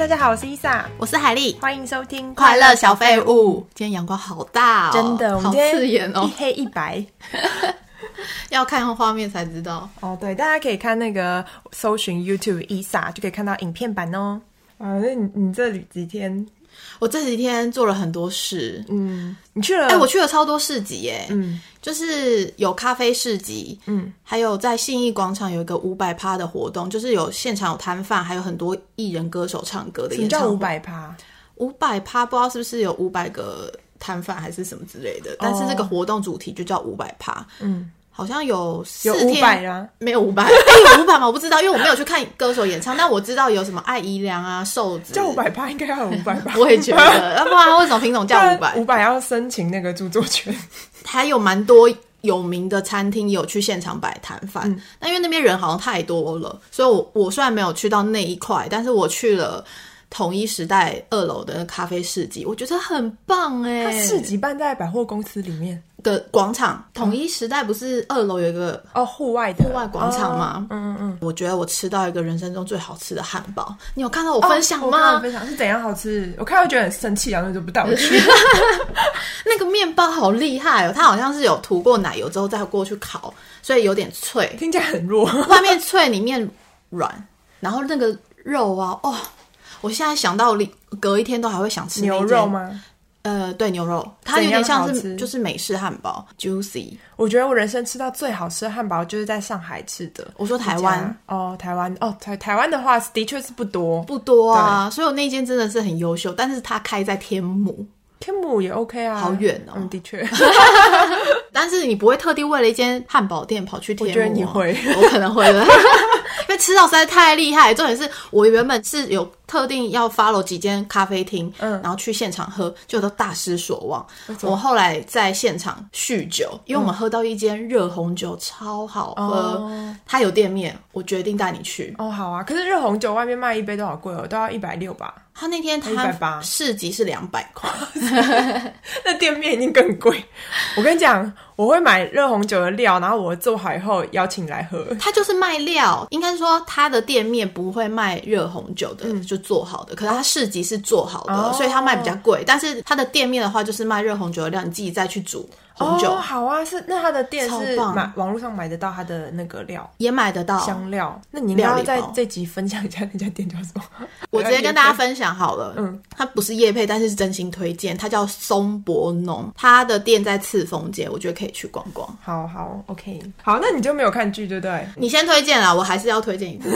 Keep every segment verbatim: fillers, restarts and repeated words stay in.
大家好，我是伊莎， 我是海丽， 欢迎收听快乐小废物。今天阳光好大哦， 真的，我们今天好刺眼哦， 一黑一白。 要看画面才知道哦。对，大家可以看那个搜寻 YouTube 伊莎，就可以看到影片版哦。啊，那你你这几天？ 我这几天做了很多事。 嗯，你去了？ 哎、欸，我去了超多市集耶。 嗯， 就是有咖啡市集，嗯，还有在信义广场有一个五百趴的活动，就是有现场有摊贩，还有很多艺人歌手唱歌的演唱会。 什么叫五百趴？ 五百趴不知道是不是有五百个摊贩还是什么之类的，但是这个活动主题就叫五百趴。嗯。好像有四天， 有五百吗？ 没有五百，哎、欸，有五百吗？我不知道，因为我没有去看歌手演唱。但我知道有什么艾怡良啊、瘦子， 叫五百趴应该要有五百吧？ 我也觉得，要不然为什么品种叫五百？ 五百要申请那个著作权。 还有蛮多有名的餐厅也有去现场摆摊贩，嗯、但因为那边人好像太多了，所以我我虽然没有去到那一块，但是我去了统一时代二楼的咖啡市集，我觉得很棒哎、欸。 它市集办在百货公司里面的广场，统一时代不是二楼有一个哦户外的户外广场吗？哦、嗯嗯，我觉得我吃到一个人生中最好吃的汉堡，你有看到我分享吗？ 哦、我看到分享是怎样好吃？我看到觉得很生气，然后就不带我去。 那个面包好厉害哦，它好像是有涂过奶油之后再过去烤，所以有点脆， 听起来很弱， 外面脆里面软，然后那个肉啊，哦，我现在想到隔一天都还会想吃那牛肉吗？ 呃，对，牛肉，它有点像是就是美式汉堡 ，juicy。 我觉得我人生吃到最好吃的汉堡就是在上海吃的。 我说台湾哦，台湾哦，台台湾的话的确是不多， 不多啊。所以我那间真的是很优秀，但是它开在天母， 天母也 OK 啊， 好远哦。 嗯，的确。 但是你不会特地为了一间汉堡店跑去天母、啊？ 我觉得你会， 我可能会的。因为吃到实在太厉害，重点是我原本是有特定要 follow 几间咖啡厅，嗯，然后去现场喝，就都大失所望。我后来在现场酗酒，因为我们喝到一间热红酒超好喝，哦、它有店面，我决定带你去。 哦，好啊。可是热红酒外面卖一杯都好贵哦，都要一百六吧。 他那天他市集是两百块， 那店面一定更贵。我跟你讲，我会买热红酒的料，然后我做好以后邀请来喝。 他就是卖料，应该说他的店面不会卖热红酒的，嗯、就做好的。可是他市集是做好的，哦、所以他卖比较贵。但是他的店面的话，就是卖热红酒的料，你自己再去煮红酒。 哦，好啊，是那他的店是买网络上买得到他的那个料， 也买得到香料。那你要在这集分享一下那家店叫什么？ 我直接跟大家分享好了。嗯，它不是业配，但是是真心推荐。它叫松柏农，它的店在赤峰街，我觉得可以去逛逛。 好好 ，OK， 好，那你就没有看剧对不对？ 你先推荐啦，我还是要推荐一部。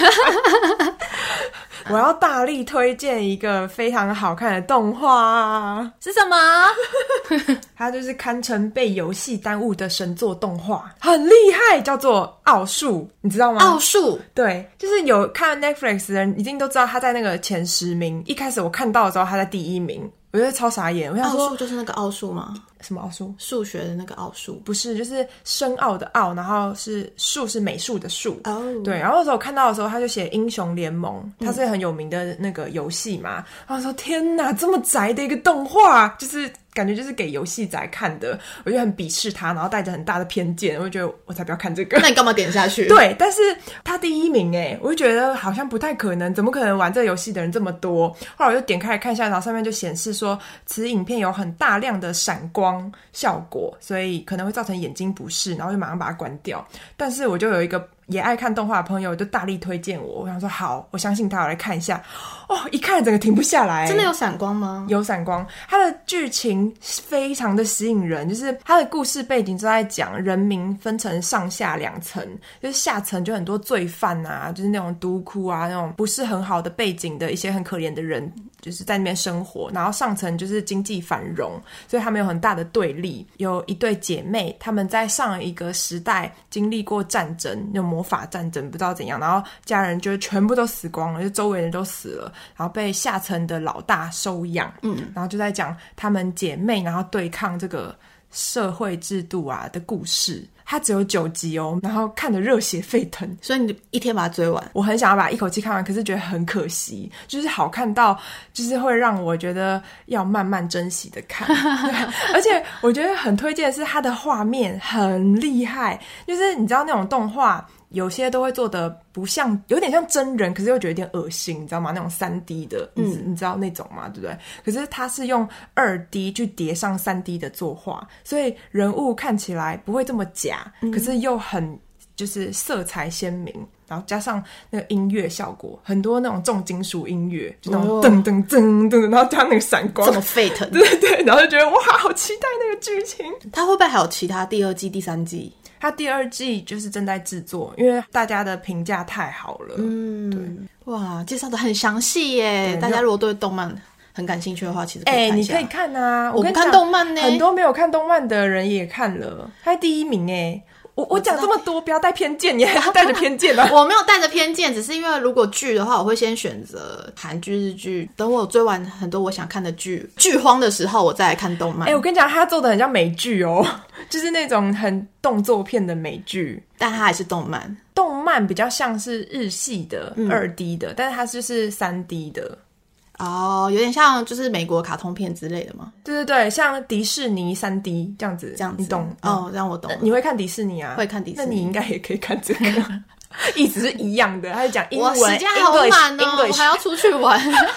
我要大力推荐一个非常好看的动画， 是什么？ 它就是堪称被游戏耽误的神作动画，很厉害，叫做《奥数》，你知道吗？ 奥数， 对，就是有看 Netflix 的人一定都知道他在那个前十名。一开始我看到的时候，他在第一名，我觉得超傻眼。我想说， 奥数就是那个奥数吗？ 什么奥数？ 数学的那个奥数？ 不是，就是深奥的奥，然后是数是美术的数。哦， oh. 对。然后那时候我看到的时候，他就写英雄联盟，它是很有名的那个游戏嘛。然后说天哪，这么宅的一个动画，就是感觉就是给游戏宅看的，我就很鄙视他，然后带着很大的偏见，我就觉得我才不要看这个。 那你干嘛点下去？ 对，但是他第一名耶，我就觉得好像不太可能，怎么可能玩这个游戏的人这么多？后来我就点开来看一下，然后上面就显示说，此影片有很大量的闪光效果，所以可能会造成眼睛不适，然后就马上把它关掉。但是我就有一个也爱看动画的朋友就大力推荐我，我想说好，我相信他，我来看一下。哦，一看整个停不下来。 真的有闪光吗？ 有闪光，它的剧情非常的吸引人，就是它的故事背景就在讲人民分成上下两层，就是下层就很多罪犯啊，就是那种毒窟啊，那种不是很好的背景的一些很可怜的人，就是在那边生活，然后上层就是经济繁荣，所以他们有很大的对立。有一对姐妹，他们在上一个时代经历过战争，那种魔法战争不知道怎样，然后家人就全部都死光了，就周围人都死了，然后被下层的老大收养，嗯，然后就在讲他们姐妹然后对抗这个社会制度啊的故事。它只有九集哦，然后看得热血沸腾， 所以你一天把它追完。 我很想要把它一口气看完，可是觉得很可惜，就是好看到就是会让我觉得要慢慢珍惜的看。而且我觉得很推荐的是它的画面很厉害，就是你知道那种动画有些都会做的不像，有点像真人，可是又觉得有点恶心，你知道吗？那种三 D 的，嗯，你, 你知道那种吗？对不对？可是它是用二 D 去叠上三 D 的作画，所以人物看起来不会这么假，嗯，可是又很就是色彩鲜明，然后加上那个音乐效果，很多那种重金属音乐，就那种噔噔噔噔，然后加上那个闪光， 这么沸腾， 对对，然后就觉得哇，好期待那个剧情。 它会不会还有其他第二季、第三季？ 它第二季就是正在制作，因为大家的评价太好了。嗯， 对，哇，介绍的很详细耶！大家如果对动漫很感兴趣的话，其实可以看一下。 哎、欸，你可以看啊！ 我不看动漫呢， 很多没有看动漫的人也看了，他第一名哎。我我讲这么多，不要带偏见，你还是带着偏见啊？ 我没有带着偏见，只是因为如果剧的话，我会先选择韩剧、日剧，等我追完很多我想看的剧，剧荒的时候，我再来看动漫。 哎、欸，我跟你讲，他做的很像美剧哦，就是那种很动作片的美剧， 但它还是动漫。 动漫比较像是日系的二 D 的，嗯，但是它就是三 D 的。 哦，有点像就是美国卡通片之类的吗？ 对对对，像迪士尼 三 D 这样子， 这样子你懂？ 哦，让我懂了。 你会看迪士尼啊？ 会看迪士尼， 那你应该也可以看这个，意思是一样的。他是讲英文， 我时间好满哦， English, 我还要出去玩。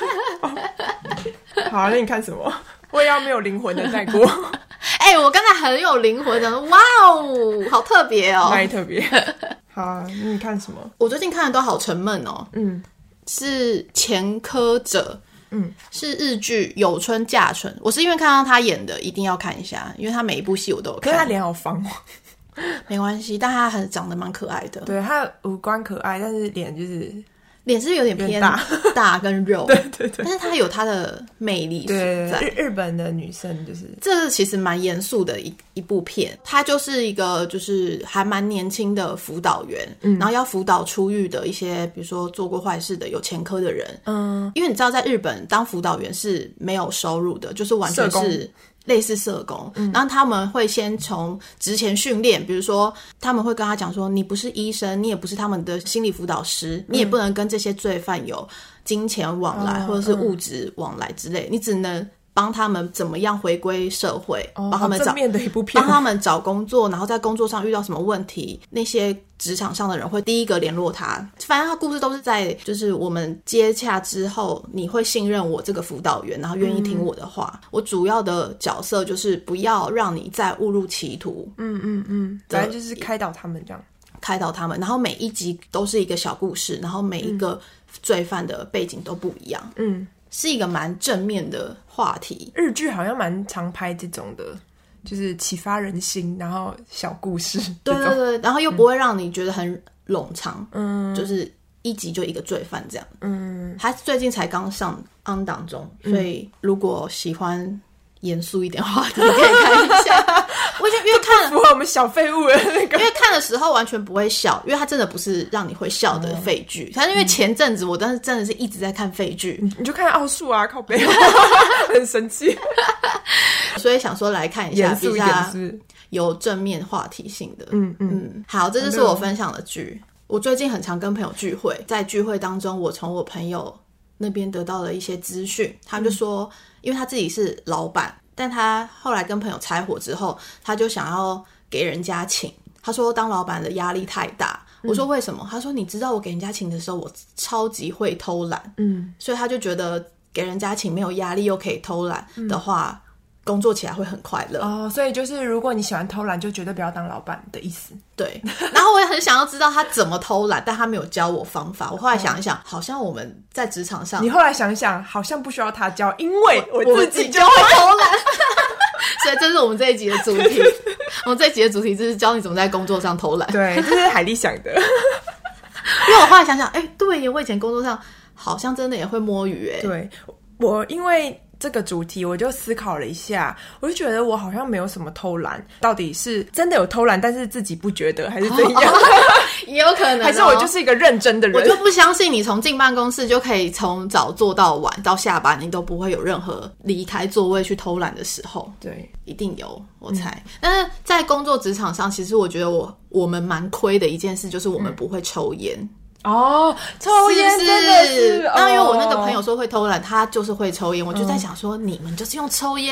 好，啊，那你看什么？我也要没有灵魂的带过。 哎、欸，我刚才很有灵魂的，哇哦，好特别哦， 哪里特别？好啊，你看什么？ 我最近看的都好沉闷哦。嗯，是前科者。嗯，是日剧有村架纯，我是因为看到他演的，一定要看一下，因为他每一部戏我都有看。 可是他脸好方哦， 没关系，但他很长得蛮可爱的。 对，他五官可爱，但是脸就是脸是有点偏大大跟肉， 对对对， 但是他有他的魅力所在。 对，日日本的女生就是这其实蛮严肃的一一部片，他就是一个就是还蛮年轻的辅导员，嗯，然后要辅导出狱的一些比如说做过坏事的有前科的人，嗯，因为你知道在日本当辅导员是没有收入的，就是完全是类似社工，嗯，然后他们会先从职前训练，比如说他们会跟他讲说，你不是医生，你也不是他们的心理辅导师，嗯，你也不能跟这些罪犯有金钱往来，哦，或者是物质往来之类，嗯，你只能帮他们怎么样回归社会， 哦， 帮他们找正面的一部片， 帮他们找工作，然后在工作上遇到什么问题，那些职场上的人会第一个联络他。反正他故事都是在就是我们接洽之后，你会信任我这个辅导员，然后愿意听我的话，嗯，我主要的角色就是不要让你再误入歧途， 嗯嗯嗯，反正就是开导他们这样， 开导他们，然后每一集都是一个小故事，然后每一个罪犯的背景都不一样，嗯，是一个蛮正面的话题。 日剧好像蛮常拍这种的，就是启发人心，然后小故事， 对对对，然后又不会让你觉得很冗长，嗯，就是一集就一个罪犯这样，嗯，他最近才刚上 on 档中，所以如果喜欢严肃一点的话，你可以看一下。我觉得因为看了符合我们小废物的那个， 因为看的时候完全不会笑，因为它真的不是让你会笑的废剧。但是因为前阵子我当时真的是一直在看废剧， 嗯，你就看奥数啊，靠北，很生气， 所以想说来看一下比较有正面话题性的。嗯嗯，好，这就是我分享的剧。我最近很常跟朋友聚会，在聚会当中，我从我朋友那边得到了一些资讯，他就说，嗯，因为他自己是老板。但他后来跟朋友拆伙之后，他就想要给人家请。他说当老板的压力太大，嗯，我说为什么？他说你知道我给人家请的时候，我超级会偷懒，嗯，所以他就觉得给人家请没有压力又可以偷懒的话，嗯，工作起来会很快乐。 哦，所以就是如果你喜欢偷懒，就绝对不要当老板的意思。 对，然后我也很想要知道他怎么偷懒，但他没有教我方法。我后来想一想，哦，好像我们在职场上， 你后来想一想，好像不需要他教，因为我自己就会偷懒。所以这是我们这一集的主题。我们这一集的主题就是教你怎么在工作上偷懒。 对，这是海莉想的。 因为我后来想想，哎，欸，对耶，我以前工作上好像真的也会摸鱼耶。 对，我因为这个主题我就思考了一下，我就觉得我好像没有什么偷懒，到底是真的有偷懒但是自己不觉得还是怎样。哦哦也有可能，哦， 还是我就是一个认真的人。 我就不相信你从进办公室就可以从早做到晚到下班，你都不会有任何离开座位去偷懒的时候。 对， 一定有，我猜。嗯，但是在工作职场上，其实我觉得我我们蛮亏的一件事就是我们不会抽烟。嗯哦，抽烟真的是， 那，哦，因为我那个朋友说会偷懒，他就是会抽烟，我就在想说，嗯，你们就是用抽烟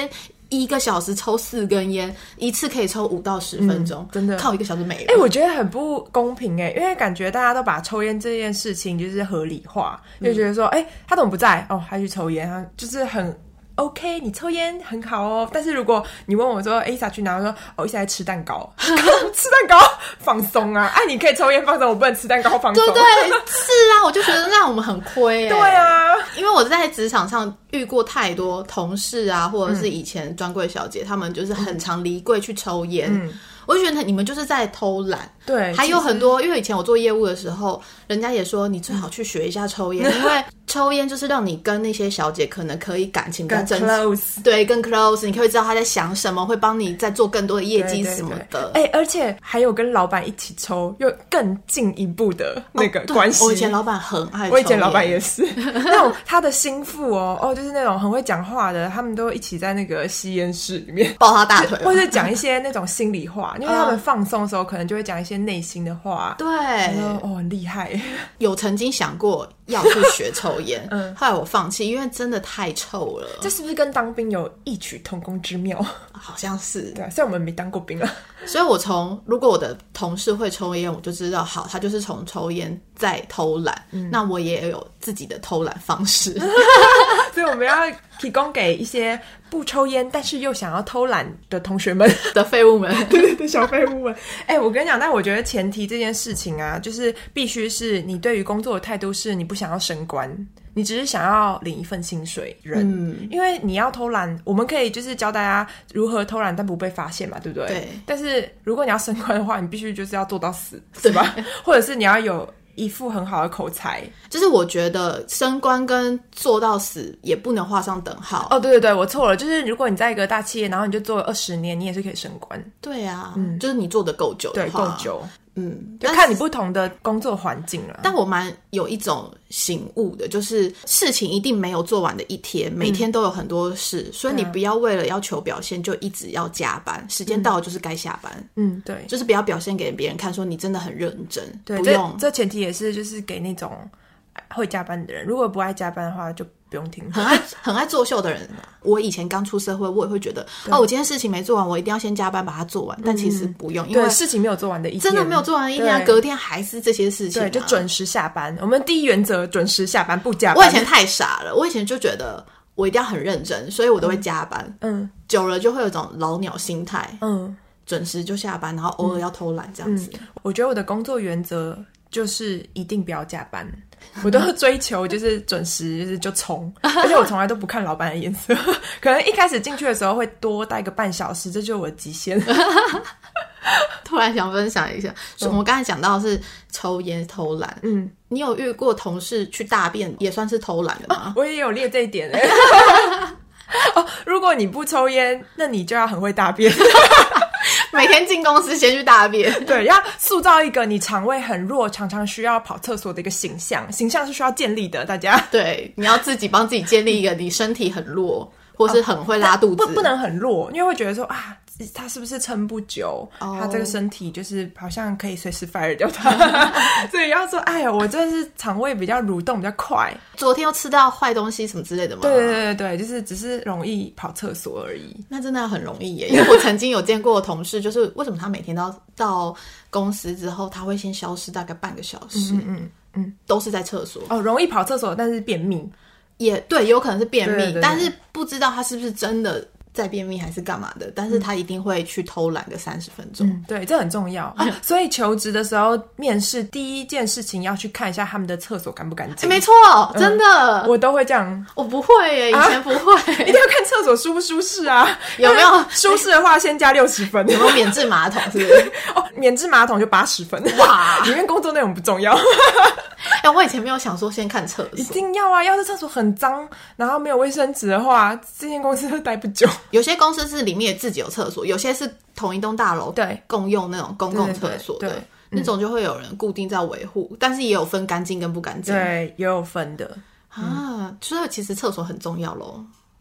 一个小时抽四根烟，一次可以抽五到十分钟、嗯， 真的靠一个小时没了。 哎、欸，我觉得很不公平哎、欸，因为感觉大家都把抽烟这件事情就是合理化，嗯、就觉得说，哎、欸，他怎么不在？哦，他去抽烟，他就是很 OK， 你抽烟很好哦。但是如果你问我说，哎、欸，伊莎去哪？我说，哦，伊莎在吃蛋糕，吃蛋糕放松啊！哎、啊，你可以抽烟放松，我不能吃蛋糕放松。 对对，是啊，我就觉得让我们很亏哎、欸。 对啊， 因为我在职场上遇过太多同事啊，或者是以前专柜小姐，他、嗯、们就是很常离柜去抽烟。嗯，我就觉得你们就是在偷懒。 对， 还有很多，因为以前我做业务的时候，人家也说你最好去学一下抽烟，因为抽烟就是让你跟那些小姐可能可以感情更 close， 对，更 close， 你可以知道她在想什么，会帮你再做更多的业绩什么的。 哎、欸，而且还有跟老板一起抽，又更进一步的那个关系、 哦。我以前老板很爱抽烟， 我以前老板也是那种他的心腹哦哦，就是那种很会讲话的，他们都一起在那个吸烟室里面抱他大腿， 或者讲一些那种心里话，因为他们放松的时候可能就会讲一些内心的话。 对， 哦，很厉害。 有曾经想过要去学抽烟，嗯，后来我放弃，因为真的太臭了。 这是不是跟当兵有异曲同工之妙？ 好像是。 对，虽然我们没当过兵了。 所以我从如果我的同事会抽烟，我就知道好，他就是从抽烟再偷懒、嗯、那我也有自己的偷懒方式所以我们要提供给一些不抽烟但是又想要偷懒的同学们的废物们对对对，小废物们。哎、欸，我跟你讲，但我觉得前提这件事情啊，就是必须是你对于工作的态度是你不想要升官，你只是想要领一份薪水人、嗯、因为你要偷懒，我们可以就是教大家如何偷懒但不被发现嘛，对不对？ 对。 但是如果你要升官的话，你必须就是要做到死，是吧？或者是你要有一副很好的口才。 就是我觉得升官跟做到死也不能画上等号。 哦，对对对，我错了。就是如果你在一个大企业，然后你就做了二十年，你也是可以升官。 对啊，嗯，就是你做的够久的话， 对，够久。 嗯， 就看你不同的工作环境了。 但我蛮有一种醒悟的，就是事情一定没有做完的一天，每天都有很多事、嗯、所以你不要为了要求表现就一直要加班，时间到了就是该下班。嗯，对，就是不要表现给别人看说你真的很认真。 对， 不用这, 这前提也是就是给那种会加班的人，如果不爱加班的话就不用听。 很爱很爱作秀的人，我以前刚出社会，我也会觉得哦，我今天事情没做完，我一定要先加班把它做完。但其实不用，因为对事情没有做完的一天， 真的没有做完的一天，隔天还是这些事情、啊。 对，就准时下班。我们第一原则准时下班，不加班。 我以前太傻了，我以前就觉得我一定要很认真，所以我都会加班。嗯，久了就会有一种老鸟心态。嗯，准时就下班，然后偶尔要偷懒这样子、嗯嗯。 我觉得我的工作原则就是一定不要加班。我都追求就是准时就是就冲，而且我从来都不看老板的颜色，可能一开始进去的时候会多待个半小时，这就是我的极限。 突然想分享一下，我们刚才讲到的是抽烟偷懒，嗯，你有遇过同事去大便也算是偷懒的吗？ 哦、我也有列这一点哎、欸。哦，如果你不抽烟，那你就要很会大便。 每天进公司先去大便。 对，要塑造一个你肠胃很弱，常常需要跑厕所的一个形象。形象是需要建立的，大家。对， 你要自己帮自己建立一个你身体很弱，或是很会拉肚子。 哦、不不能很弱，因为会觉得说啊，他是不是撑不久、oh. 他这个身体就是好像可以随时 fire 掉他。所以要说哎呀，我真的是肠胃比较蠕动比较快， 昨天又吃到坏东西什么之类的吗？ 对对对对，就是只是容易跑厕所而已。 那真的很容易耶，因为我曾经有见过同事，就是为什么他每天都要到公司之后他会先消失大概半个小时，嗯嗯嗯，都是在厕所。 哦，容易跑厕所但是便秘， 也对，有可能是便秘，对对对对，但是不知道他是不是真的在便秘还是干嘛的，但是他一定会去偷懒个三十分钟、嗯、 对，这很重要、哦、所以求职的时候面试第一件事情要去看一下他们的厕所干不干净、 欸、没错、嗯、真的我都会这样。 我不会耶，以前不会、啊、 一定要看厕所舒不舒适啊， 有没有舒适的话先加六十分， 有没有免治马桶是不是哦，免治马桶就八十分， 哇， 里面工作内容不重要。 哎、欸，我以前没有想说先看厕所， 一定要啊！要是厕所很脏，然后没有卫生纸的话，这间公司都待不久。 有些公司是里面也自己有厕所，有些是同一栋大楼对共用那种公共厕所的，对对对对，那种就会有人固定在维护、嗯，但是也有分干净跟不干净， 对，也有分的啊。所以其实厕所很重要咯。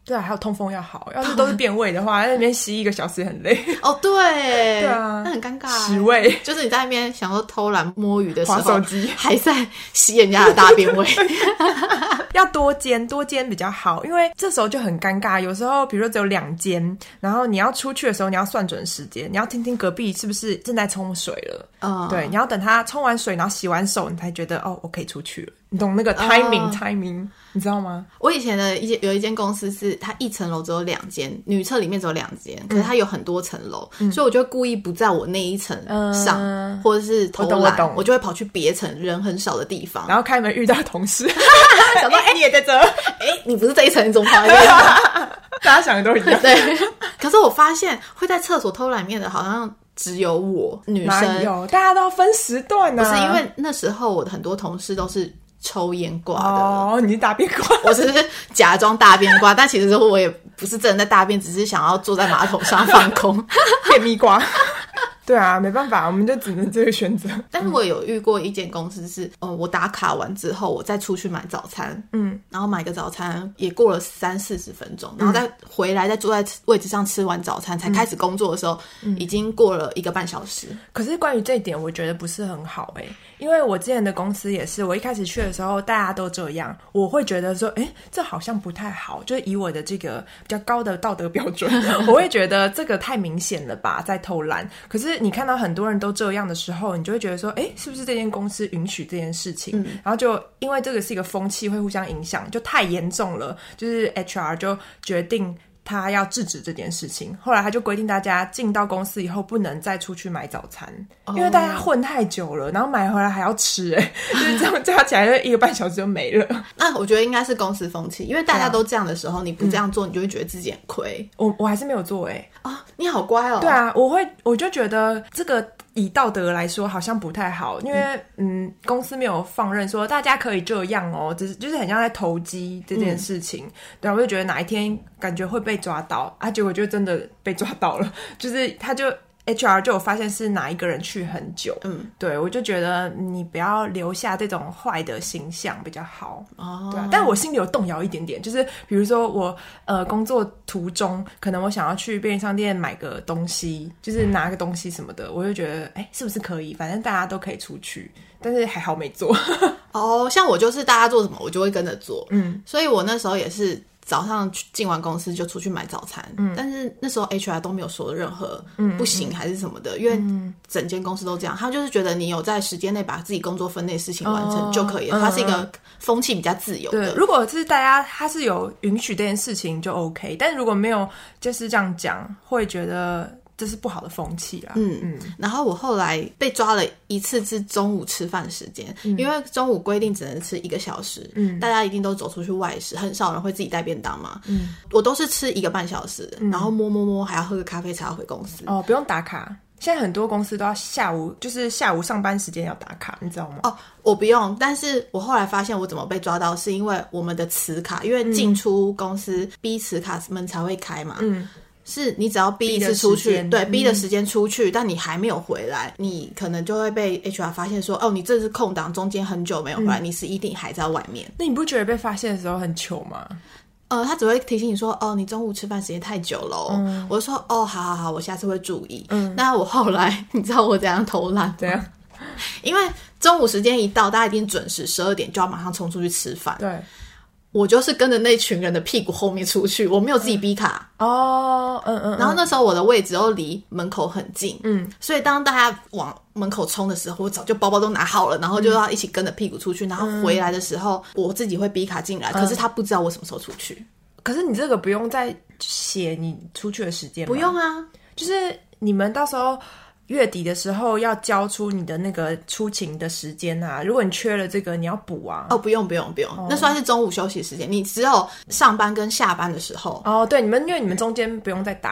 对啊，还有通风要好，要是都是变味的话，在那边吸一个小时也很累。 哦，对， 对啊， 那很尴尬。 屎味， 就是你在那边想说偷懒摸鱼的时候， 滑手机还在吸人家的大便味。 要多煎，多煎比较好，因为这时候就很尴尬。有时候比如说只有两间，然后你要出去的时候，你要算准时间，你要听听隔壁是不是正在冲水了。嗯，对，你要等他冲完水，然后洗完手，你才觉得哦，我可以出去了。你懂那个 timing、哦、timing， 你知道吗？ 我以前的一间有一间公司是它一层楼只有两间，女厕里面只有两间，可是它有很多层楼、嗯，所以我就会故意不在我那一层上，嗯、或者是偷懒，我, 我, 我就会跑去别层人很少的地方， 然后开门遇到同事， 想说哎、欸、 你也在这，哎、 欸、你不是这一层，你怎么跑来这一层？ 大家想的都一样。 对，可是我发现会在厕所偷懒面的，好像只有我女生， 哪有？大家都要分时段啊。 不是因为那时候我的很多同事都是抽烟挂的。 哦，你是大便挂， 我只是假装大便挂，但其实我也不是真的在大便，只是想要坐在马桶上放空， 便秘挂。对啊，没办法，我们就只能这个选择。 但是我有遇过一间公司是，呃，我打卡完之后，我再出去买早餐，嗯，然后买个早餐也过了三四十分钟，然后再回来，再坐在位置上吃完早餐，才开始工作的时候，嗯、已经过了一个半小时。 可是关于这一点，我觉得不是很好哎、欸，因为我之前的公司也是，我一开始去的时候大家都这样，我会觉得说，哎、欸，这好像不太好，就是以我的这个比较高的道德标准，我会觉得这个太明显了吧，在偷懒。可是你看到很多人都这样的时候，你就会觉得说，哎，是不是这间公司允许这件事情？嗯、然后就因为这个是一个风气，会互相影响，就太严重了，就是 H R 就决定他要制止这件事情。后来他就规定大家进到公司以后不能再出去买早餐，哦、因为大家混太久了，然后买回来还要吃、欸，哎，就是这样加起来就一个半小时就没了。 那我觉得应该是公司风气，因为大家都这样的时候，你不这样做，嗯、你就会觉得自己很亏。 我我还是没有做哎、欸。 哦，你好乖哦。 对啊，我会我就觉得这个以道德来说好像不太好，因为嗯, 嗯公司没有放任说大家可以这样哦，只是就是很像在投机这件事情。嗯、对啊，我就觉得哪一天感觉会被抓到啊，结果就真的被抓到了，就是他就。H R 就有发现是哪一个人去很久，嗯，对，我就觉得你不要留下这种坏的形象比较好，哦，对啊，但我心里有动摇一点点，就是比如说我呃工作途中，可能我想要去便利商店买个东西，就是拿个东西什么的，我就觉得哎，是不是可以？反正大家都可以出去，但是还好没做。 哦，像我就是大家做什么，我就会跟着做，嗯，所以我那时候也是。早上进完公司就出去买早餐，嗯，但是那时候 H R 都没有说任何不行还是什么的，嗯、因为整间公司都这样，他就是觉得你有在时间内把自己工作分内事情完成就可以了，哦、它是一个风气比较自由的。 对，如果是大家他是有允许这件事情就 OK， 但如果没有就是这样讲，会觉得。这是不好的风气啦。嗯嗯。 然后我后来被抓了一次是中午吃饭时间，嗯、因为中午规定只能吃一个小时，嗯，大家一定都走出去外食，很少人会自己带便当嘛。嗯，我都是吃一个半小时，嗯、然后摸摸摸，还要喝个咖啡茶回公司。 哦，不用打卡。现在很多公司都要下午，就是下午上班时间要打卡，你知道吗？ 哦，我不用，但是我后来发现我怎么被抓到，是因为我们的磁卡，因为进出公司 B 磁卡门才会开嘛。嗯。是你只要逼一次出去，对，逼的时间出去，嗯、但你还没有回来，你可能就会被 H R 发现说，哦，你这是空档，中间很久没有回来，嗯、你是一定还在外面。 那你不觉得被发现的时候很糗吗？ 呃，他只会提醒你说，哦，你中午吃饭时间太久了，嗯、我就说，哦，好好好，我下次会注意。嗯，那我后来，你知道我怎样偷懒？ 怎样？ 因为中午时间一到，大家一定准时十二点就要马上冲出去吃饭。 对。 我就是跟着那群人的屁股后面出去，我没有自己逼卡哦，嗯嗯， 然后那时候我的位置又离门口很近，嗯，所以当大家往门口冲的时候，我早就包包都拿好了，然后就要一起跟着屁股出去，然后回来的时候我自己会逼卡进来，可是他不知道我什么时候出去。 可是你这个不用再写你出去的时间吗？ 不用啊， 就是你们到时候月底的时候要交出你的那个出勤的时间啊，如果你缺了这个你要补啊。 哦，不用不用不用，哦、那算是中午休息时间，你只有上班跟下班的时候。 哦，对，你们因为你们中间不用再打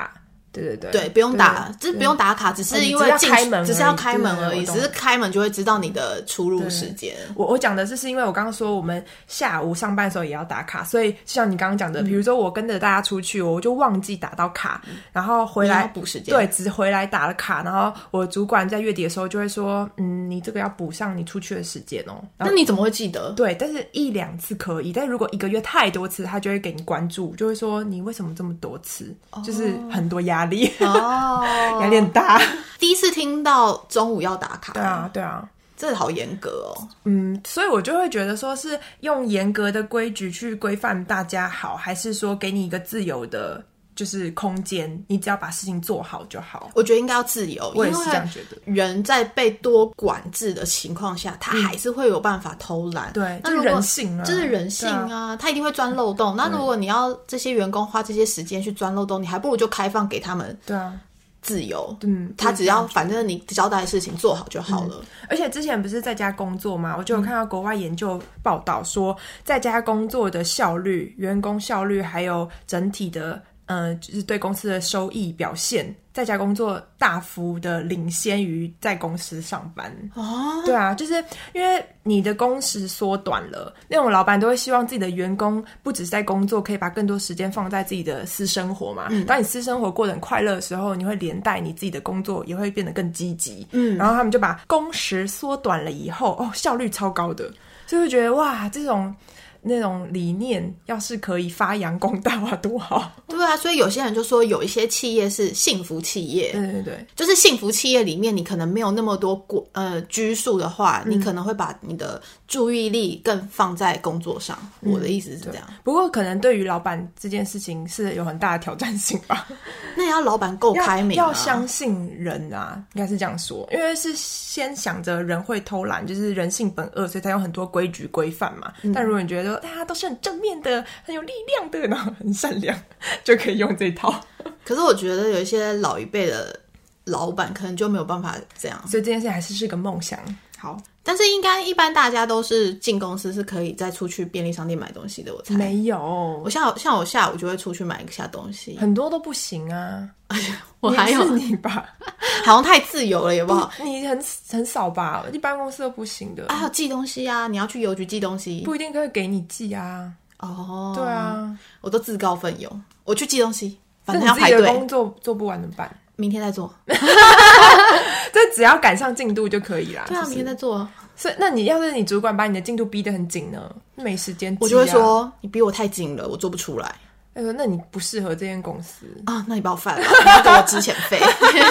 对对对对，不用打，就是不用打卡，只是因为进开门， 只是要开门而已，只是开门就会知道你的出入时间。 我我讲的这是因为我刚刚说我们下午上班的时候也要打卡，所以像你刚刚讲的，比如说我跟着大家出去，我就忘记打到卡，嗯、然后回来补时间， 对，只回来打了卡，然后我主管在月底的时候就会说，嗯，你这个要补上你出去的时间哦。 那你怎么会记得？ 对，但是一两次可以，但如果一个月太多次，他就会给你关注，就会说你为什么这么多次，哦、就是很多压力。哦，压力很大。 第一次听到中午要打卡， 对啊，对啊， 这好严格哦。 嗯，所以我就会觉得说是用严格的规矩去规范大家好，还是说给你一个自由的，就是空间，你只要把事情做好就好。 我觉得应该要自由， 我也是这样觉得。 人在被多管制的情况下，他还是会有办法偷懒。 嗯、对，那、就是人性啊， 这是人性啊，他一定会钻漏洞。那如果你要这些员工花这些时间去钻漏洞，你还不如就开放给他们。 对啊。 自由， 嗯， 他只要反正你交代的事情做好就好了。嗯、 而且之前不是在家工作吗？我就有看到国外研究报道说，在家工作的效率、员工效率，还有整体的呃，就是对公司的收益表现，在家工作大幅的领先于在公司上班。哦，对啊，就是因为你的工时缩短了，那种老板都会希望自己的员工不只是在工作，可以把更多时间放在自己的私生活嘛。嗯，当你私生活过得很快乐的时候，你会连带你自己的工作也会变得更积极。嗯，然后他们就把工时缩短了以后，哦，效率超高的，就会觉得哇，这种。那种理念要是可以发扬光大啊，多好！ 对啊，所以有些人就说有一些企业是幸福企业， 对对对， 就是幸福企业里面你可能没有那么多呃拘束的话，嗯、你可能会把你的注意力更放在工作上。嗯、我的意思是这样。 不过可能对于老板这件事情是有很大的挑战性吧。 那也要老板够开明、啊要，要相信人啊，应该是这样说，因为是先想着人会偷懒，就是人性本恶，所以才有很多规矩规范嘛。嗯、但如果你觉得大家都是很正面的、很有力量的，然后很善良，就可以用这套。 可是我觉得有一些老一辈的老板可能就没有办法这样， 所以这件事还是是个梦想。 好，但是应该一般大家都是进公司是可以再出去便利商店买东西的，我猜。 没有， 我像像我下午就会出去买一下东西， 很多都不行啊。 我还有你吧， 好像太自由了，有没有？ 你很很少吧？一般公司都不行的。 啊，还有寄东西啊，你要去邮局寄东西， 不一定可以给你寄啊。 哦， 对啊， 我都自告奋勇，我去寄东西，反正要排队。 要排队。 工作做不完怎么办？ 明天再做。 这只要赶上进度就可以啦。 对啊，明天再做。 所以，那你要是你主管把你的进度逼得很紧呢，没时间、啊， 我就会说你逼我太紧了，我做不出来。 他说：“那你不适合这间公司啊，那你把我翻了，你要给我支遣费。”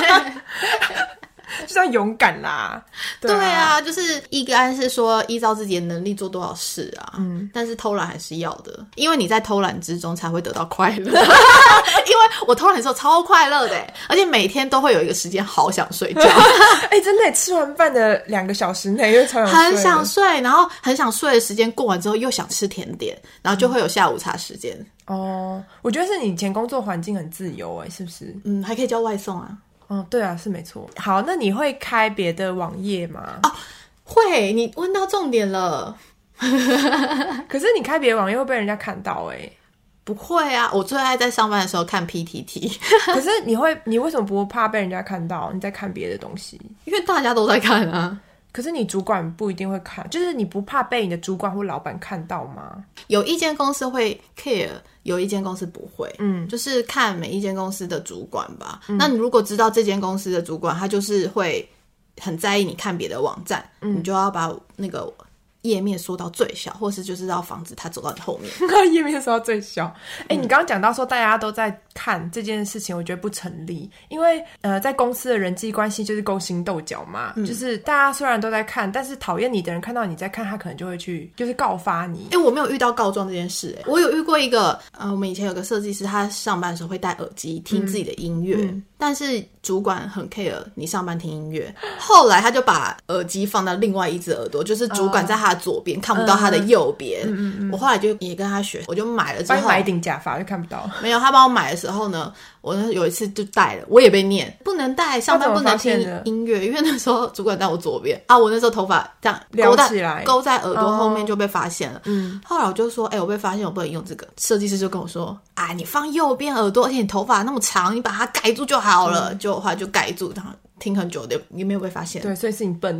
就是要勇敢啦。 对 啊, 对啊，就是一个案是说依照自己的能力做多少事啊，嗯，但是偷懒还是要的，因为你在偷懒之中才会得到快乐。因为我偷懒的时候超快乐的，而且每天都会有一个时间好想睡觉。 哎、欸，真的，吃完饭的两个小时内又超想睡， 很想睡，然后很想睡的时间过完之后又想吃甜点，然后就会有下午茶时间。 嗯、哦，我觉得是你以前工作环境很自由，哎，是不是？ 嗯，还可以叫外送啊。 哦，对啊，是没错。好，那你会开别的网页吗？ 哦，会，你问到重点了。 可是你开别的网页会被人家看到哎。 不会啊，我最爱在上班的时候看 P T T。 可是你会，你为什么不怕被人家看到你在看别的东西？ 因为大家都在看啊。 可是你主管不一定会看，就是你不怕被你的主管或老板看到吗？ 有一间公司会 care， 有一间公司不会，嗯，就是看每一间公司的主管吧。嗯、那你如果知道这间公司的主管他就是会很在意你看别的网站，嗯、你就要把那个页面缩到最小，或是就是要防止他走到你后面。 页面缩到最小。哎、欸，你刚刚讲到说大家都在看这件事情，我觉得不成立，因为呃，在公司的人际关系就是勾心斗角嘛，嗯、就是大家虽然都在看，但是讨厌你的人看到你在看，他可能就会去就是告发你。 哎、欸，我没有遇到告状这件事、欸，哎，我有遇过一个呃，我们以前有个设计师，他上班的时候会戴耳机听自己的音乐。嗯嗯但是主管很 care 你上班听音乐，后来他就把耳机放到另外一只耳朵，就是主管在他的左边、uh, 看不到他的右边、嗯嗯嗯、我后来就也跟他学，我就买了之后帮你买一顶假发就看不到， 没有，他帮我买的时候呢，我有一次就戴了，我也被念不能戴，上班不能听音乐，因为那时候主管在我左边啊，我那时候头发这样勾在起来勾在耳朵后面就被发现了、嗯、后来我就说哎、欸，我被发现我不能用这个，设计师就跟我说啊，你放右边耳朵，而且你头发那么长，你把它盖住就好了、嗯、就后来就盖住，然后听很久的也没有被发现。 对，所以是你笨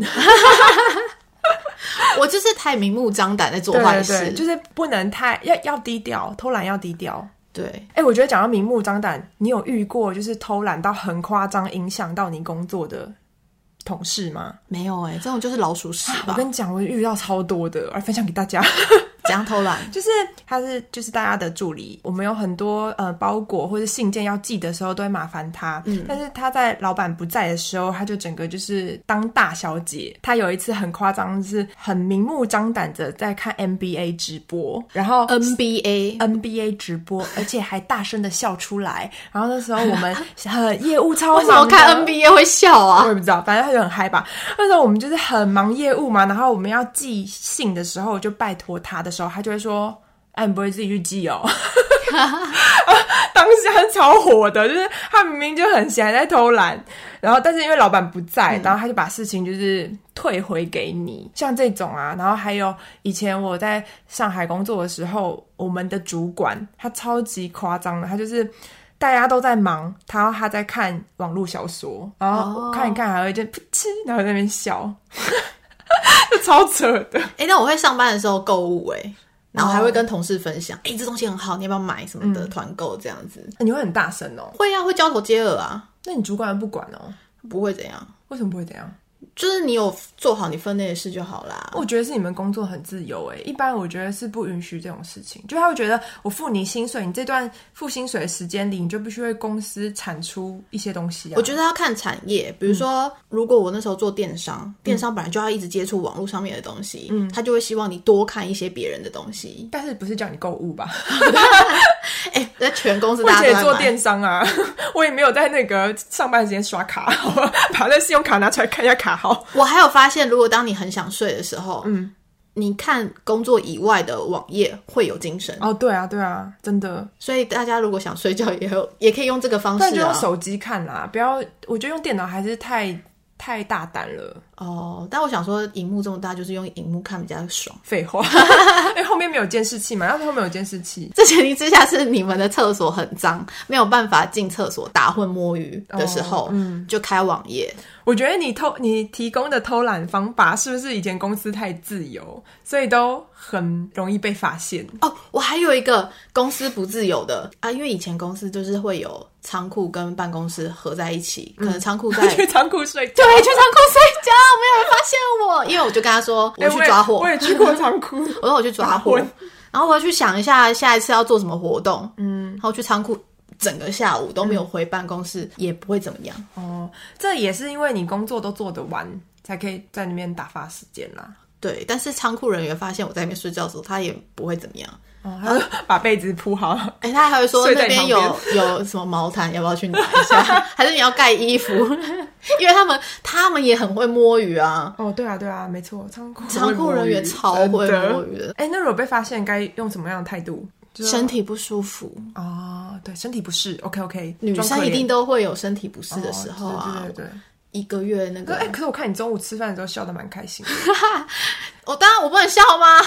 我就是太明目张胆在做坏事， 对对对，就是不能太要要低调，偷懒要低调。 对， 哎、欸，我觉得讲到明目张胆，你有遇过就是偷懒到很夸张影响到你工作的同事吗？ 没有哎、欸，这种就是老鼠屎吧。 我跟你讲，我遇到超多的，我来分享给大家。 怎样偷懒？ 就是他是就是大家的助理，我们有很多呃包裹或者信件要寄的时候都会麻烦他、嗯、但是他在老板不在的时候，他就整个就是当大小姐。他有一次很夸张，就是很明目张胆的在看 N B A 直播，然后 N B A N B A 直播，而且还大声的笑出来。然后那时候我们呃业务超忙的， 为什么看 N B A 会笑啊？ 我也不知道，反正他就很嗨吧。那时候我们就是很忙业务嘛，然后我们要寄信的时候就拜托他的时候，他就会说哎、啊，你不会自己去寄哦当下超火的，就是他明明就很闲还在偷懒，然后但是因为老板不在、嗯、然后他就把事情就是退回给你，像这种啊。然后还有以前我在上海工作的时候，我们的主管他超级夸张的，他就是大家都在忙，他他在看网络小说，然后看一看还会就噗嗤，然后在那边笑就超扯的。 哎、欸，那我会上班的时候购物哎、欸，然后还会跟同事分享，哎、欸，这东西很好，你要不要买什么的团购、嗯、这样子。 你会很大声哦？ 会啊，会交头接耳啊。 那你主管不管哦？ 不会怎样？ 为什么不会怎样？ 就是你有做好你分内的事就好啦。 我觉得是你们工作很自由诶，一般我觉得是不允许这种事情。就他会觉得我付你薪水，你这段付薪水的时间里，你就必须为公司产出一些东西啊。 我觉得要看产业，比如说、嗯、如果我那时候做电商、嗯、电商本来就要一直接触网络上面的东西、嗯、他就会希望你多看一些别人的东西。 但是不是叫你购物吧哎、欸，在全公司大家都在买。 我姐做电商啊，我也没有在那个上班时间刷卡，把那信用卡拿出来看一下卡号。 我还有发现，如果当你很想睡的时候，嗯，你看工作以外的网页会有精神。 哦，对啊，对啊，真的。 所以大家如果想睡觉，也有也可以用这个方式、啊。 但就用手机看啦，不要。我觉得用电脑还是太太大胆了。 哦，但我想说，萤幕这么大，就是用萤幕看比较爽。 废话，因为后面没有监视器嘛，要是后面有监视器。 这前提之下是你们的厕所很脏，没有办法进厕所打混摸鱼的时候，哦、嗯，就开网页。 我觉得你偷你提供的偷懒方法是不是以前公司太自由，所以都很容易被发现？ 哦，我还有一个公司不自由的啊，因为以前公司就是会有仓库跟办公室合在一起，嗯、可能仓库在去仓库睡觉， 对，去仓库睡觉，没有人发现我，因为我就跟他说我去抓货， 欸、我, 也我也去过仓库， 我说我去抓货，然后我要去想一下下一次要做什么活动，嗯，然后去仓库。整个下午都没有回办公室、嗯、也不会怎么样哦。这也是因为你工作都做得完才可以在那边打发时间啦。 对，但是仓库人员发现我在那边睡觉的时候，他也不会怎么样哦，他把被子铺好。 哎、欸，他还会说那边有有什么毛毯，要不要去拿一下？还是你要盖衣服？因为他们他们也很会摸鱼啊。 哦，对啊，对啊，没错，仓库仓库人员超会摸鱼的。 哎、欸，那如果被发现，该用什么样的态度？ 身体不舒服哦，对，身体不适 ，OK OK， 女生一定都会有身体不适的时候啊， 哦、对对对， 一个月那个， 哎、欸，可是我看你中午吃饭的时候笑得蛮开心的， 我当然我不能笑吗？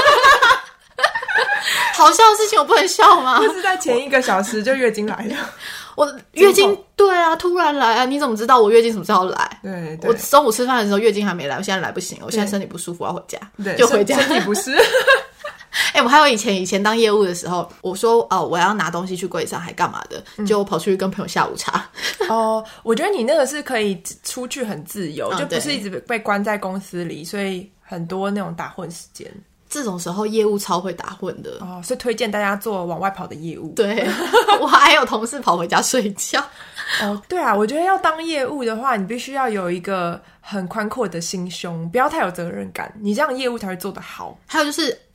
好笑的事情我不能笑吗？ 不是在前一个小时就月经来了， 我月经对啊，突然来啊，你怎么知道我月经什么时候来？ 对对， 我中午吃饭的时候月经还没来，我现在来不行，我现在身体不舒服，我要回家， 对， 就回家， 身体不适。 哎、欸，我还有以前以前当业务的时候，我说哦我要拿东西去柜上，还干嘛的？嗯、就跑去跟朋友下午茶。 哦，我觉得你那个是可以出去很自由，嗯、就不是一直被关在公司里，所以很多那种打混时间。 这种时候业务超会打混的哦，所以推荐大家做往外跑的业务。 对，我还有同事跑回家睡觉。 哦，对啊，我觉得要当业务的话，你必须要有一个很宽阔的心胸，不要太有责任感，你这样业务才会做得好。 还有就是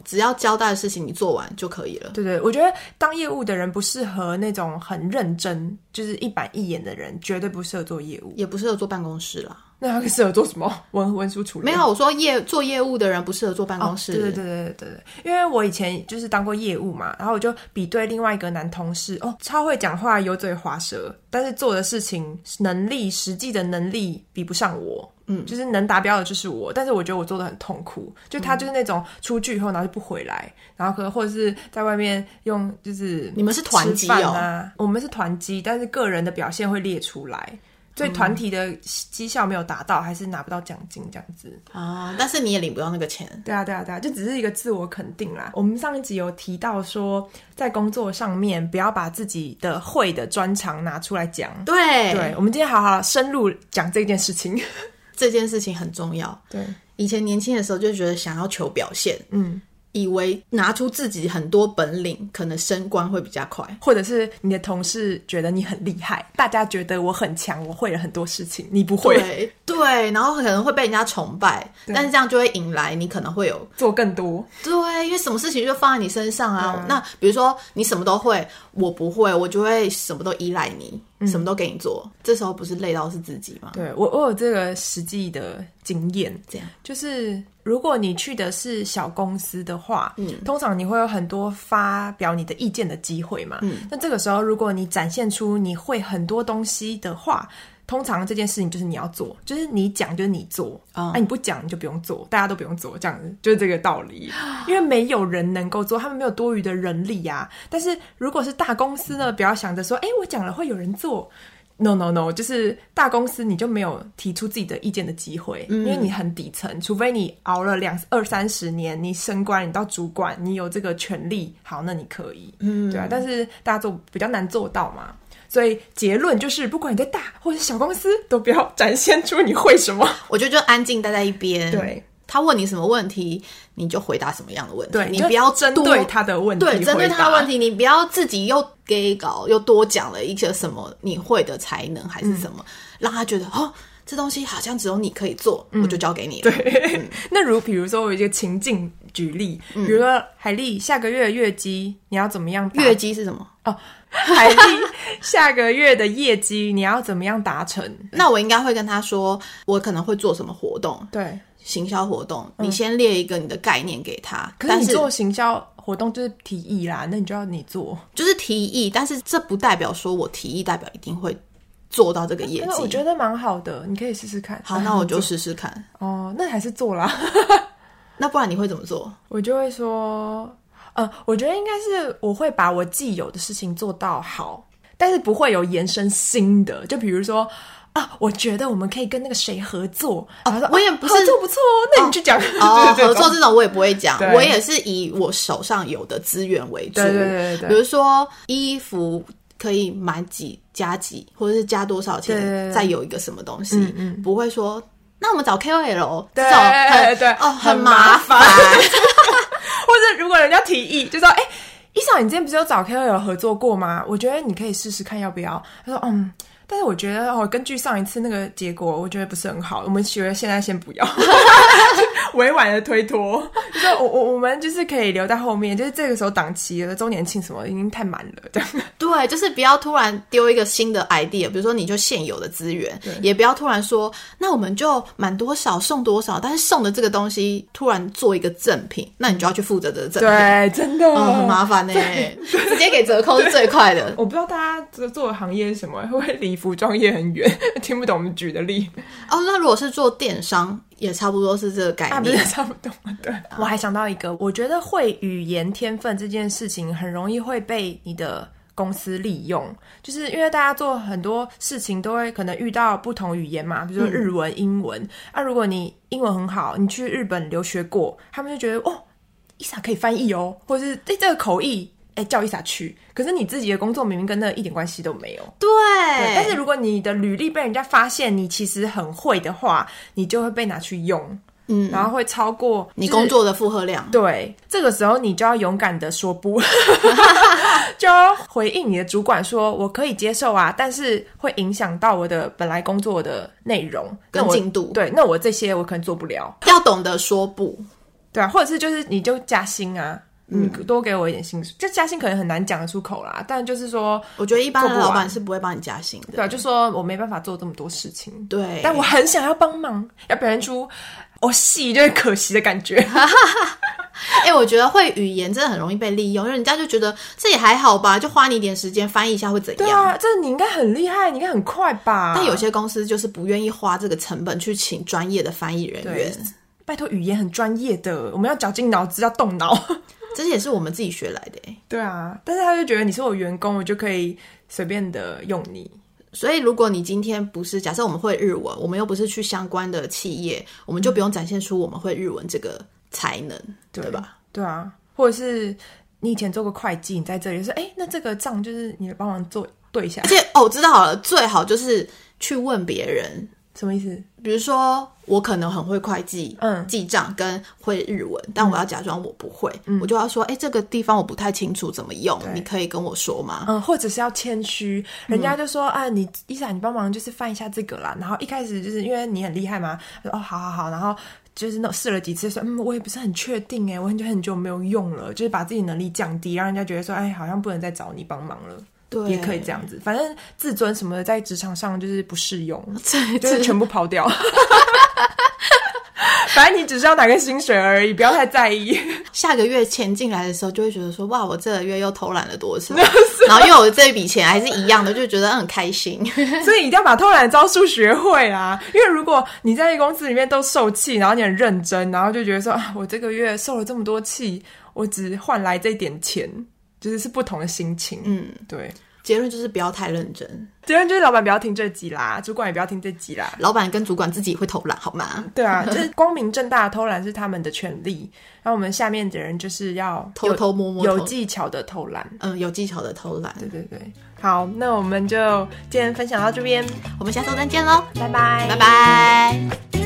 只要交代的事情你做完就可以了。 对对，我觉得当业务的人不适合那种很认真就是一板一眼的人，绝对不适合做业务， 也不适合做办公室啦。 那他适合做什么？文文书处理？ 没有，我说业做业务的人不适合做办公室。 哦、对对对对对对，因为我以前就是当过业务嘛，然后我就比对另外一个男同事，哦，超会讲话，油嘴滑舌，但是做的事情能力实际的能力比不上我。嗯，就是能达标的就是我，但是我觉得我做的很痛苦。就他就是那种出去以后然后就不回来，然后可能或者是在外面用就是你们是团级哦， 啊，我们是团级，但是个人的表现会列出来。所以团体的绩效没有达到，还是拿不到奖金这样子啊，但是你也领不到那个钱。 对啊对啊对啊，就只是一个自我肯定啦。我们上一集有提到说，在工作上面不要把自己的会的专长拿出来讲。 对对，我们今天好好深入讲这件事情。 这件事情很重要。 对， 以前年轻的时候就觉得想要求表现，嗯。以为拿出自己很多本领，可能升官会比较快， 或者是你的同事觉得你很厉害，大家觉得我很强，我会了很多事情，你不会。 对对，然后可能会被人家崇拜，但是这样就会引来你可能会有做更多。 对，因为什么事情就放在你身上啊。那比如说你什么都会，我不会，我就会什么都依赖你。嗯、什么都给你做，这时候不是累到是自己吗？ 对，我我有这个实际的经验， 这样就是如果你去的是小公司的话，嗯，通常你会有很多发表你的意见的机会嘛，嗯，那这个时候如果你展现出你会很多东西的话，通常这件事情就是你要做，就是你讲就是你做，啊、嗯，你不讲你就不用做，大家都不用做，这样子就是这个道理。因为没有人能够做，他们没有多余的人力啊。但是如果是大公司呢，不要想着说，哎，我讲了会有人做。No no no， 就是大公司你就没有提出自己的意见的机会，嗯、因为你很底层，除非你熬了两二三十年，你升官，你到主管，你有这个权利，好，那你可以，嗯，对啊。但是大家做比较难做到嘛。所以结论就是，不管你在大或是小公司，都不要展现出你会什么。 我觉得就安静待在一边。 对， 他问你什么问题，你就回答什么样的问题。 对， 你不要针对他的问题回答。 对，针对他的问题，你不要自己又给稿又多讲了一些什么你会的才能还是什么，嗯、让他觉得哦。这东西好像只有你可以做，嗯、我就交给你了。 对，嗯、那如比如说我有一个情境举例，嗯、比如说海莉下个月的月绩你要怎么样？ 月绩是什么？ 哦，海莉下个月的业绩你要怎么样达成？ 那我应该会跟他说，我可能会做什么活动？ 对， 行销活动，嗯、你先列一个你的概念给他。 可是你做行销活动就是提议啦，那你就要你做， 就是提议，但是这不代表说我提议代表一定会做到这个业绩。 我觉得蛮好的，你可以试试看。 好，那我就试试看。 哦，那还是做啦。 那不然你会怎么做？ 我就会说，呃，我觉得应该是我会把我既有的事情做到好，但是不会有延伸新的。就比如说啊，我觉得我们可以跟那个谁合作。 哦，说我也不是合作不错哦，那你去讲。 哦，合作这种我也不会讲，我也是以我手上有的资源为主。 对对对对， 比如说衣服。可以买几加几，或者是加多少钱，对对对再有一个什么东西，嗯嗯不会说那我们找 K O L 这种很对哦很麻烦， 或者如果人家提议，就说哎，伊嫂，你之前不是有找 K O L 合作过吗？我觉得你可以试试看要不要。他说嗯。但是我觉得哦，根据上一次那个结果，我觉得不是很好。我们觉得现在先不要，委婉的推脱，就说我我我们就是可以留在后面，就是这个时候档期了，周年庆什么已经太满了，这样。 对，就是不要突然丢一个新的 idea， 比如说你就现有的资源，也不要突然说那我们就满多少送多少，但是送的这个东西突然做一个赠品，那你就要去负责这个赠品。 对，真的、 嗯、很麻烦耶，直接给折扣是最快的。 我不知道大家做做的行业是什么，会不会离服装业很远，听不懂我们举的例。 哦，那如果是做电商，也差不多是这个概念，啊、 不是差不多。对，我还想到一个，我觉得会语言天分这件事情很容易会被你的公司利用，就是因为大家做很多事情都会可能遇到不同语言嘛，比如说日文、嗯、英文。啊，如果你英文很好，你去日本留学过，他们就觉得哦，伊莎可以翻译哦，或者是对这个口译。哎，叫伊莎去，可是你自己的工作明明跟那一点关系都没有。 对， 对，但是如果你的履历被人家发现你其实很会的话，你就会被拿去用，嗯，然后会超过、就是、 你工作的负荷量。 对，这个时候你就要勇敢的说不，就要回应你的主管说，我可以接受啊，但是会影响到我的本来工作的内容跟进度。 对，那我这些我可能做不了。 要懂得说不。 对啊，或者是就是你就加薪啊，嗯，多给我一点薪水，就加薪可能很难讲得出口啦，但就是说， 我觉得一般的老板是不会帮你加薪的。 对啊，就说我没办法做这么多事情， 对， 但我很想要帮忙，要表现出我戏就是可惜的感觉。 哎、欸，我觉得会语言真的很容易被利用，因为人家就觉得这也还好吧，就花你一点时间翻译一下会怎样？ 对啊，这你应该很厉害，你应该很快吧？ 但有些公司就是不愿意花这个成本去请专业的翻译人员。 拜托，语言很专业的，我们要绞尽脑汁，要动脑。 这也是我们自己学来的、欸。 对啊，但是他就觉得你是我员工，我就可以随便的用你。 所以如果你今天不是，假设我们会日文，我们又不是去相关的企业，我们就不用展现出我们会日文这个才能，对, 对吧？ 对啊，或者是你以前做过会计，你在这里说，哎，那这个账就是你帮忙做对一下。 而且哦，我知道好了，最好就是去问别人。 什么意思？ 比如说我可能很会会计、嗯，记账跟会日文，但我要假装我不会，嗯、我就要说，哎、欸，这个地方我不太清楚怎么用，你可以跟我说吗？ 嗯，或者是要谦虚，人家就说、嗯、啊，你伊莎，你帮忙就是翻一下这个啦。然后一开始就是因为你很厉害嘛，说哦，好好好，然后就是那试了几次说，嗯，我也不是很确定哎，我很久很久没有用了，就是把自己能力降低，让人家觉得说，哎，好像不能再找你帮忙了。对，也可以这样子，反正自尊什么的在职场上就是不适用，就是全部抛掉。反正你只是要拿个薪水而已，不要太在意。 下个月钱进来的时候，就会觉得说，哇，我这个月又偷懒了多少，然后又有这笔钱还是一样的，就觉得很开心。 所以一定要把偷懒的招数学会啦，因为如果你在公司里面都受气，然后你很认真，然后就觉得说，啊，我这个月受了这么多气，我只换来这一点钱。就是是不同的心情，嗯，对。 结论就是不要太认真。 结论就是老板不要听这集啦，主管也不要听这集啦。 老板跟主管自己会偷懒，好吗？ 对啊，就是光明正大的偷懒是他们的权利，然后我们下面的人就是要偷偷摸摸、 有技巧的偷懒。 嗯，有技巧的偷懒。 对对对。好，那我们就今天分享到这边， 我们下周再见喽， 拜拜， 拜拜。